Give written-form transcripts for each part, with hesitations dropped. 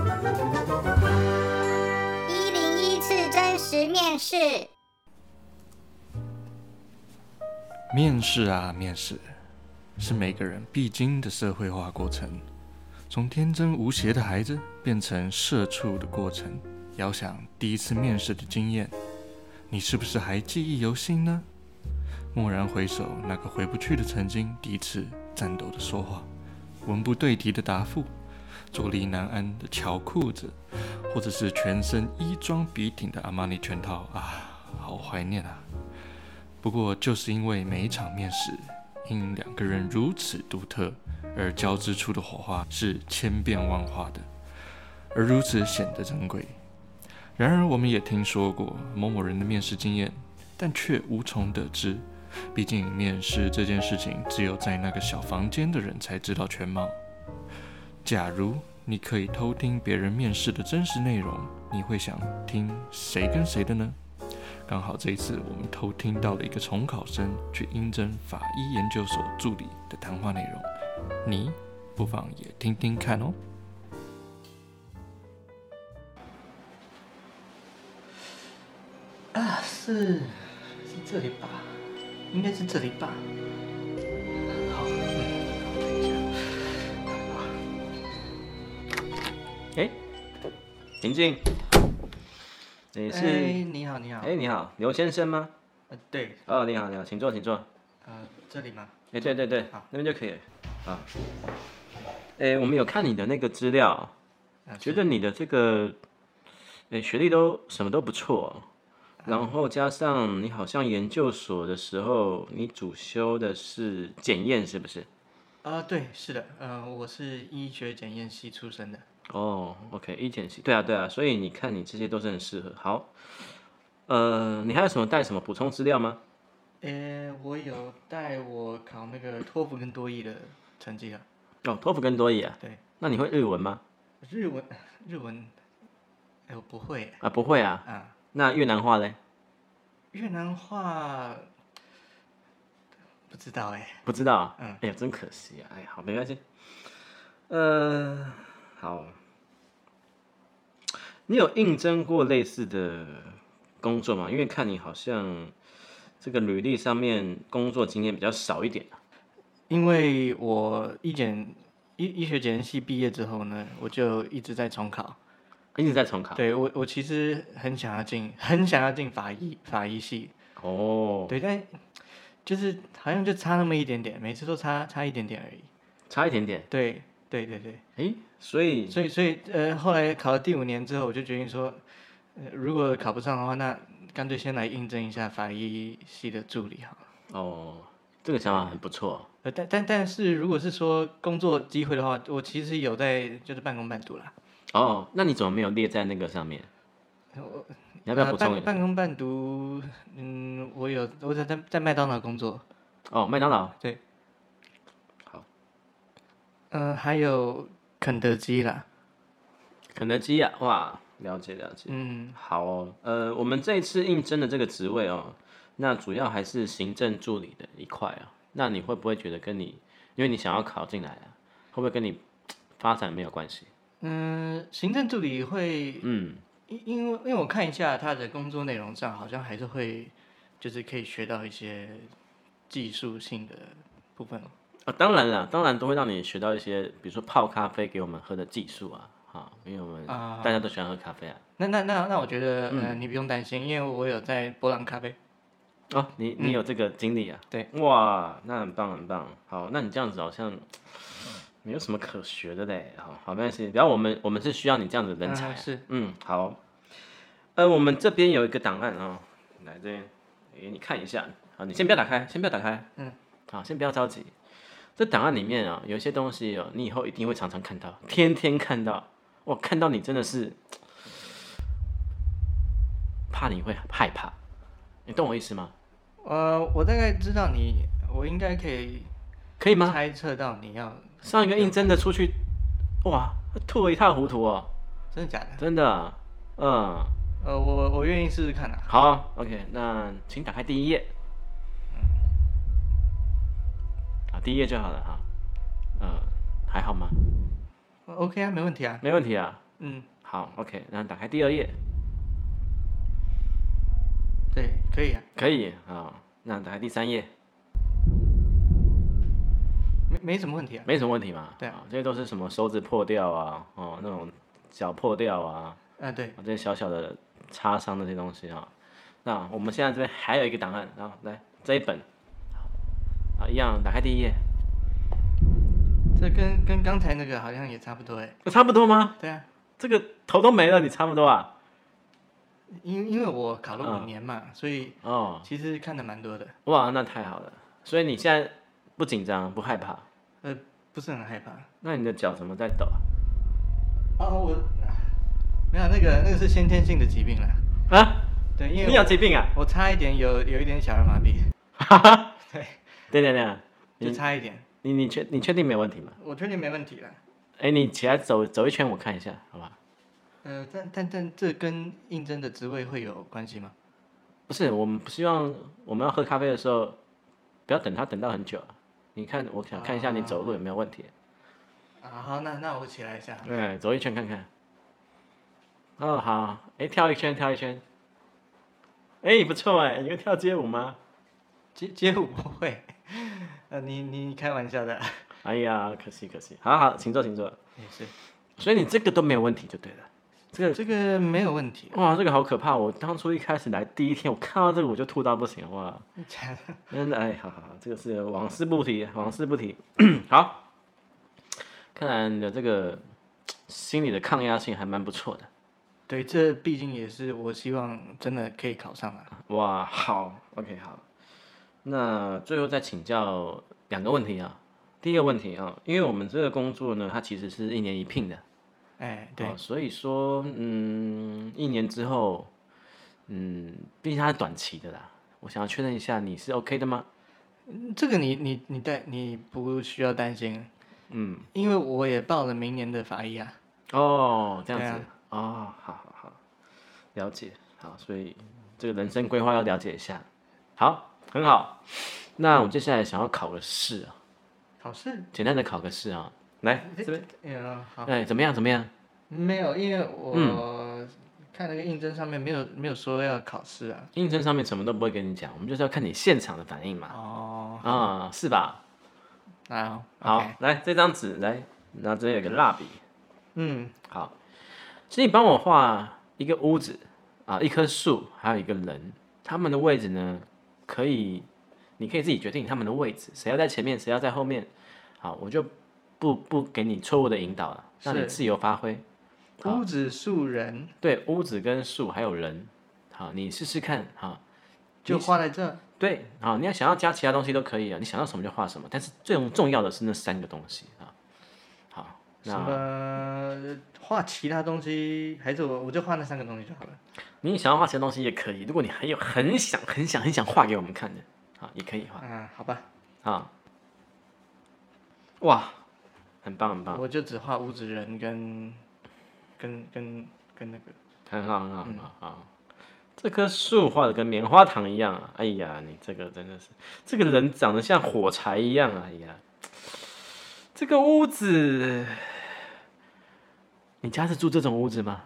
101次真实面试。 面试啊，面试，是每个人必经的社会化过程。从天真无邪的孩子变成社畜的过程，遥想第一次面试的经验，你是不是还记忆犹新呢？蓦然回首，那个回不去的曾经，第一次颤抖的说话，文不对题的答复，坐立难安的乔裤子，或者是全身衣装笔挺的阿玛尼全套啊，好怀念啊！不过就是因为每一场面试，因两个人如此独特，而交织出的火花是千变万化的，而如此显得珍贵。然而我们也听说过某某人的面试经验，但却无从得知。毕竟面试这件事情，只有在那个小房间的人才知道全貌。假如你可以偷听别人面试的真实内容，你会想听谁跟谁的呢？刚好这一次我们偷听到了一个重考生去应征法医研究所助理的谈话内容，你不妨也听听看哦。 是这里吧？应该是这里吧？好，我等一下。 哎，婷静，你是？ 你好，你好。 你好，刘先生吗？ 对。 哦，你好，你好，请坐，请坐。 这里吗？ 对对对， 好， 那边就可以了。好。我们有看你的那个资料，觉得你的这个，学历都什么都不错。然后加上你好像研究所的时候，你主修的是检验，是不是？ 对，是的，我是医学检验系出身的。 哦，OK， 医检系，对啊，所以你看你这些都是很适合。好，你还有什么带什么补充资料吗？ 我有带我考那个托福跟多益的成绩啊。 哦，托福跟多益啊？ 对。 那你会日文吗？ 日文，我不会。 不会啊。那越南话嘞？ 越南话不知道不知道。哎呀，真可惜啊！哎呀，好，没关系。好。你有应征过类似的工作吗？因为看你好像这个履历上面工作经验比较少一点。 因为我医学检验系毕业之后呢，我就一直在重考。 一直在重考。 对，我其实很想要进法医系。 哦。 对，但就是好像就差那么一点点，每次都差一点点而已。 差一点点。 对。 所以后来考了第5年之后，我就决定说，如果考不上的话，那干脆先来应征一下法医系的助理好了。 哦，这个想法很不错。 但是如果是说工作机会的话，我其实有在就是半工半读啦。 哦，那你怎么没有列在那个上面？你要不要补充一下？ 半工半读，我在麦当劳工作。 哦，麦当劳。 对。 好。 还有肯德基啦。 肯德基啊，哇，了解。好哦。我们这一次应征的这个职位哦，那主要还是行政助理的一块啊。那你会不会觉得因为你想要考进来啊，会不会跟你发展没有关系？ 行政助理会，因为我看一下他的工作内容上，好像还是会，就是可以学到一些技术性的部分。 当然了，当然都会让你学到一些，比如说泡咖啡给我们喝的技术啊，因为我们大家都喜欢喝咖啡啊。 那我觉得，你不用担心，因为我有在波浪咖啡。 哦，你有这个经历啊？ 对。 哇，那很棒很棒。好，那你这样子好像没有什么可学的嘞。好，没关系。然后我们是需要你这样子的人才。 是。 好。我们这边有一个档案啊，来这边给你看一下。好，你先不要打开。好，先不要着急。这档案里面啊，有一些东西你以后一定会常常看到，天天看到。我看到你真的是怕你会害怕，你懂我意思吗？ 我大概知道我应该可以吗？ 猜测到你要上一个应征的出去，哇，吐得一塌糊涂哦。 真的假的？ 真的。 我愿意试试看啊。 好 ，OK， 那请打开第1页。第1页就好了哈。还好吗？ OK 啊，没问题啊。 没问题啊。 好 ，OK， 那打开第2页。 对，可以啊。 可以啊，那打开第3页。 没什么问题啊。 没什么问题嘛。 对啊， 这些都是什么手指破掉啊，那种脚破掉啊， 对， 这些小小的擦伤那些东西啊。那我们现在这边还有一个档案，然后来这一本，一样打开第1页。 这跟刚才那个好像也差不多哎。 差不多吗？ 对啊。 这个头都没了，你差不多啊？ 因为我考了5年嘛，所以其实看的蛮多的。 哇，那太好了。所以你现在不紧张不害怕？ 不是很害怕。 那你的脚怎么在抖啊？ 我没有，那个是先天性的疾病了。 啊？ 对，因为你有疾病啊？ 我差一点有一点小儿麻痹。 哈哈。 对， 对， 就差一点。 你确定没问题吗？ 我确定没问题了。 你起来走一圈，我看一下，好吧？ 但这跟应征的职位会有关系吗？ 不是，我们不希望我们要喝咖啡的时候，不要等到很久。你看，我想看一下你走路有没有问题。 好，那我起来一下。 对，走一圈看看。好，跳一圈。不错你会跳街舞吗？ 街舞不会。你开玩笑的。 哎呀，可惜。好，请坐。 也是。 所以你这个都没有问题就对了。 这个没有问题。 哇，这个好可怕！我当初一开始来第1天，我看到这个我就吐到不行，哇！真的好，这个是往事不提。好，看来你的这个心理的抗压性还蛮不错的。 对，这毕竟也是我希望真的可以考上了。 哇，好 ，OK， 好。那最后再请教2个问题啊。第一个问题啊，因为我们这个工作呢，它其实是1年1聘的。 对。 所以说，1年之后，毕竟它是短期的啦。我想要确认一下，你是 OK 的吗？ 这个你不需要担心。因为我也报了明年的法医啊。 这样子。好，了解。好，所以这个人生规划要了解一下。好，很好。那我接下来想要考个试啊。 考试？ 简单的考个试啊。来这边。 好。 怎么样？ 没有，因为我看那个应征上面没有说要考试啊。 应征上面什么都不会跟你讲，我们就是要看你现场的反应嘛。是吧？好，来这张纸，来，然后这里有个蜡笔。好，请你帮我画一个屋子一棵树，还有一个人，他们的位置呢，你可以自己决定他们的位置，谁要在前面，谁要在后面。好，我就不给你错误的引导了，让你自由发挥。 屋子、树、人。对， 屋子跟树还有人。好，你试试看。 就画在这。 对，你要想要加其他东西都可以啊，你想要什么就画什么，但是最重要的是那3个东西好， 什么画其他东西，还是我就画那3个东西就好了。 你想要画其他东西也可以，如果你很想画给我们看的，也可以画。 好吧。 哇，很棒。 我就只画屋子、人跟那个。 很好。这棵树画的跟棉花糖一样啊！哎呀，你这个真的是，这个人长得像火柴一样啊！哎呀，这个屋子，你家是住这种屋子吗？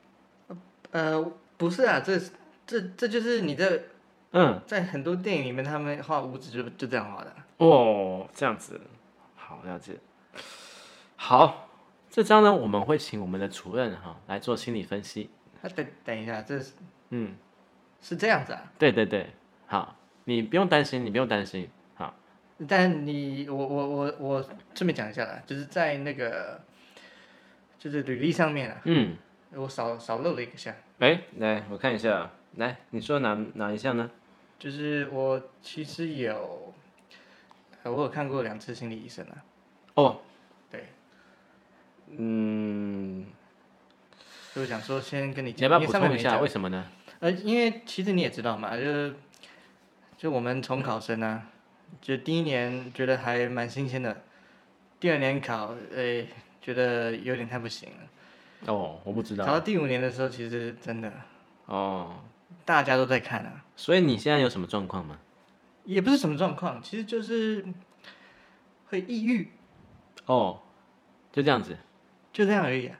不是啊，这就是你在在很多电影里面他们画屋子就这样画的。 这样子，好，了解。好，这张呢，我们会请我们的主任来做心理分析。 等一下，这是是这样子啊？ 对，好，你不用担心，好。 但我顺便讲一下啦，就是在那个就是履历上面啊，我少漏了一个项。 来我看一下，来你说哪一项呢？ 就是我其实我有看过2次心理医生啊。对。所以我想说先跟你要不要补充一下为什么呢？ 因为其实你也知道嘛，就我们重考生啊，就第1年觉得还蛮新鲜的，第2年考，觉得有点太不行了。 我不知道。 考到第5年的时候，其实真的，大家都在看啊。 所以你现在有什么状况吗？ 也不是什么状况，其实就是会抑郁。 就这样子。 就这样而已啊。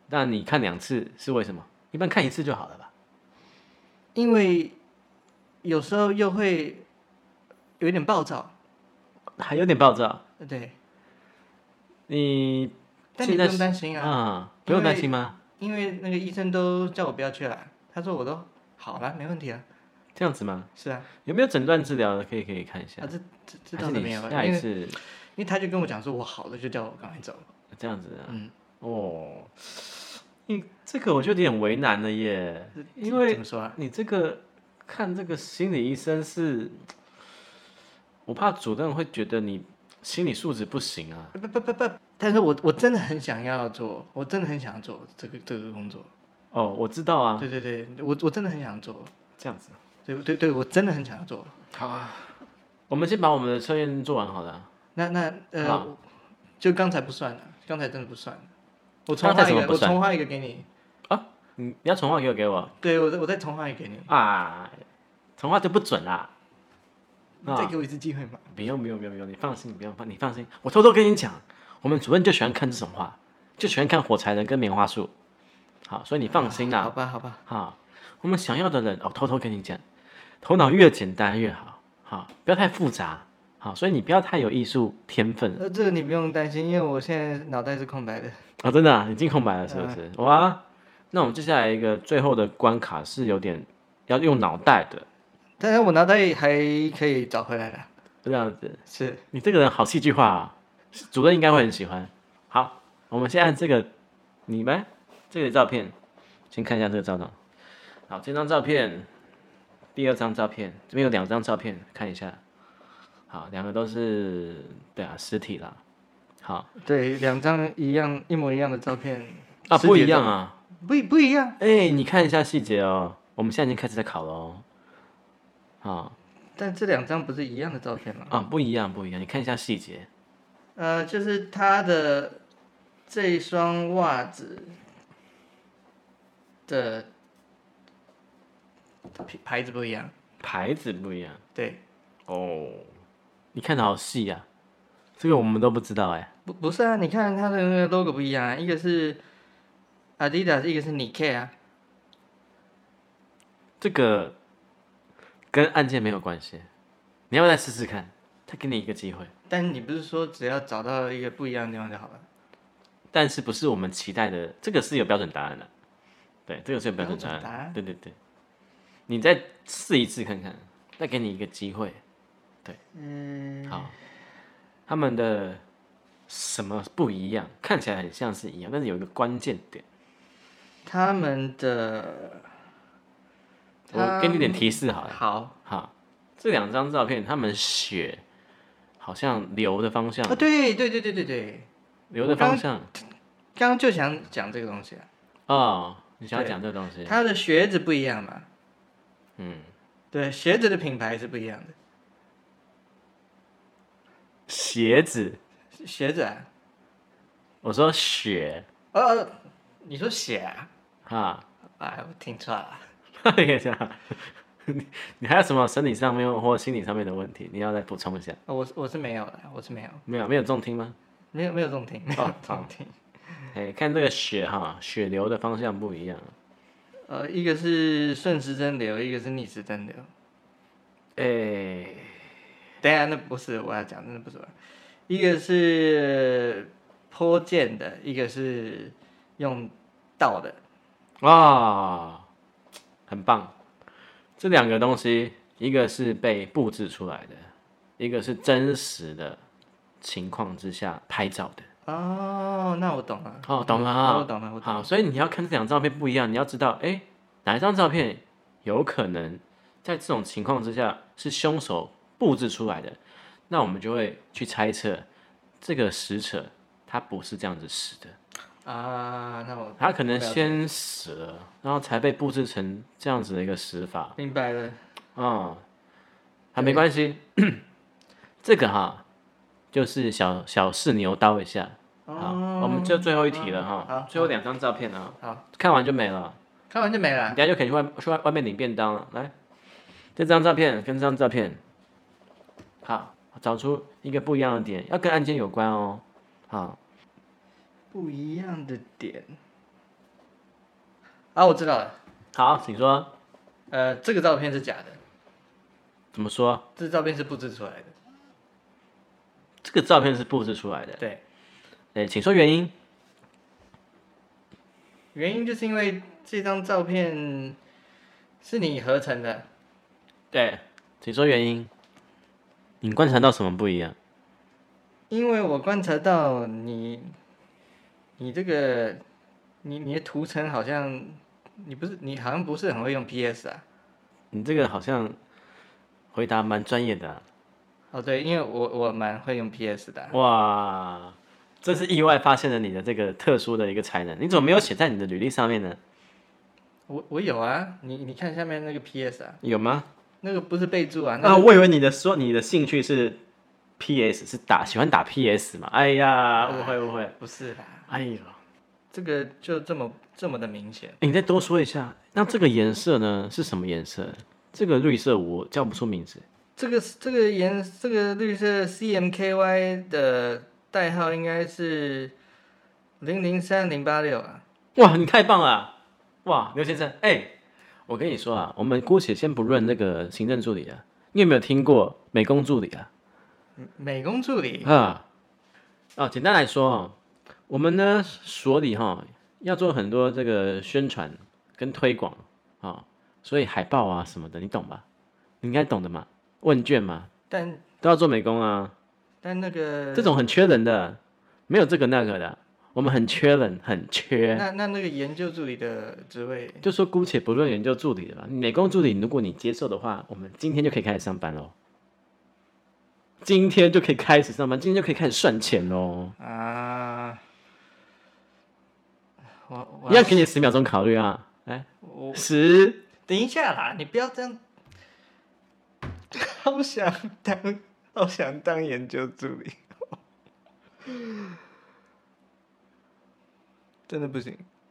那你看2次是为什么？一般看1次就好了吧？ 因为有时候又会有一点暴躁， 还有点暴躁。 对。 你但你不用担心啊， 不用担心吗？ 因为那个医生都叫我不要去了，他说我都好了，没问题啊。 这样子吗？ 是啊。 有没有诊断治疗的？可以看一下。 这倒是没有。 下一次， 因为他就跟我讲说我好了，就叫我赶快走。 这样子啊。 哦。 这个我就有点为难了耶，因为怎么说啊？ 你这个看这个心理医生是，我怕主任会觉得你心理素质不行啊。 不，但是我真的很想要做，我真的很想要做这个工作。 哦，我知道啊。 对，我真的很想做。 这样子。 对，我真的很想要做。 好啊，我们先把我们的测验做完好了。 就刚才不算了，刚才真的不算了。我重画一个给你。 啊，你要重画一个给我？ 对，我再重画一个给你。 啊，重画就不准啦。 再给我一次机会嘛。 不用，你放心，你放心。我偷偷跟你讲，我们主任就喜欢看这种画，就喜欢看火柴人跟棉花树。好，所以你放心啦。 好吧。 好，我们想要的人，偷偷跟你讲，头脑越简单越好。好，不要太复杂。好，所以你不要太有艺术天分。 这个你不用担心，因为我现在脑袋是空白的。 真的啊，已经空白了是不是？哇，那我们接下来一个最后的关卡是有点要用脑袋的。 但是我脑袋还可以找回来的。 这样子。 是你这个人好戏剧化啊，主任应该会很喜欢。好，我们先按这个，你们这个照片，先看一下这个照片。好，这张照片，第2张照片，这边有2张照片，看一下。好，2个都是对啊，实体啦。好， 对，2张一模一样的照片啊，不一样啊， 不一样。 你看一下细节哦。我们现在已经开始在考了哦。好， 但这2张不是一样的照片吗？ 不一样，你看一下细节。 就是他的这一双袜子的牌子不一样。 牌子不一样。 对。 哦，你看的好细啊，这个我们都不知道哎。 不是啊，你看它的那个 logo 不一样啊，一个是 Adidas， 一个是 Nike 啊。 这个跟案件没有关系，你要不要再试试看？再给你一个机会。 但你不是说只要找到一个不一样的地方就好了？ 但是不是我们期待的？这个是有标准答案的。对，这个是有标准答案。对，你再试一次看看，再给你一个机会。对，好，他们的什么不一样？看起来很像是一样，但是有一个关键点。 他们的， 我给你点提示好了。 好， 这2张照片，他们血好像流的方向。 对， 流的方向。 刚刚就想讲这个东西啊。你想要讲这个东西？ 他的鞋子不一样嘛？对，鞋子的品牌是不一样的。 鞋子啊？ 我说血。 你说血啊？我听错了。 你还有什么生理上面或心理上面的问题？你要再补充一下。 我是没有的， 没有中听吗？ 没有中听，没有中听。 看这个血血流的方向不一样。 一个是顺时针流，一个是逆时针流。等一下，那不是我要讲，那不是我。一个是坡涧的，一个是用倒的。 很棒。这2个东西，一个是被布置出来的，一个是真实的情况之下拍照的。 那我懂了。 懂了啊。 我懂了。 好，所以你要看这2张照片不一样，你要知道，哪一张照片有可能在这种情况之下是凶手布置出来的，那我们就会去猜测这个死者他不是这样子死的。他可能先死了，然后才被布置成这样子的一个死法。 明白了。 没关系。这个就是小试牛刀一下。好，我们就最后一题了最后2张照片好， 看完就没了。你等下就可以去外面领便当了。来，这张照片跟这张照片，好，找出一个不一样的点，要跟案件有关哦。好。 不一样的点， 啊，我知道了。 好，请说。 这个照片是假的， 怎么说？ 这照片是布置出来的。 这个照片是布置出来的。 对， 请说原因。 原因就是因为这张照片是你合成的。 对，请说原因。你观察到什么不一样？ 因为我观察到你这个你的图层好像你好像不是很会用 PS 啊。 你这个好像回答蛮专业的啊。 哦，对，因为我蛮会用 PS 的啊。 哇，这是意外发现了你的这个特殊的一个才能，你怎么没有写在你的履历上面呢？ 我有啊，你看下面那个 PS 啊， 有吗？ 那个不是备注啊。 啊，我以为你的兴趣是 PS， 是喜欢打 PS 嘛？哎呀，误会。 不是啦， 哎呦， 这个就这么的明显。 你再多说一下，那这个颜色呢是什么颜色？这个绿色我叫不出名字。 这个绿色 CMKY 的代号应该是003086啊。 哇，你太棒了！哇，刘先生，我跟你说啊，我们姑且先不论那个行政助理啊，你有没有听过美工助理啊？ 美工助理啊，简单来说哦，我们呢所里要做很多这个宣传跟推广所以海报啊什么的，你懂吧？你应该懂的嘛。问卷嘛， 但都要做美工啊。 那个这种很缺人的，没有这个那个的，我们很缺人，很缺。 那个研究助理的职位， 就说姑且不论研究助理的吧，美工助理，如果你接受的话，我们今天就可以开始上班喽。今天就可以开始上班，今天就可以开始赚钱喽。 啊，我一样给你10秒钟考虑啊。来，10。 等一下啦，你不要这样。好想当研究助理，真的不行。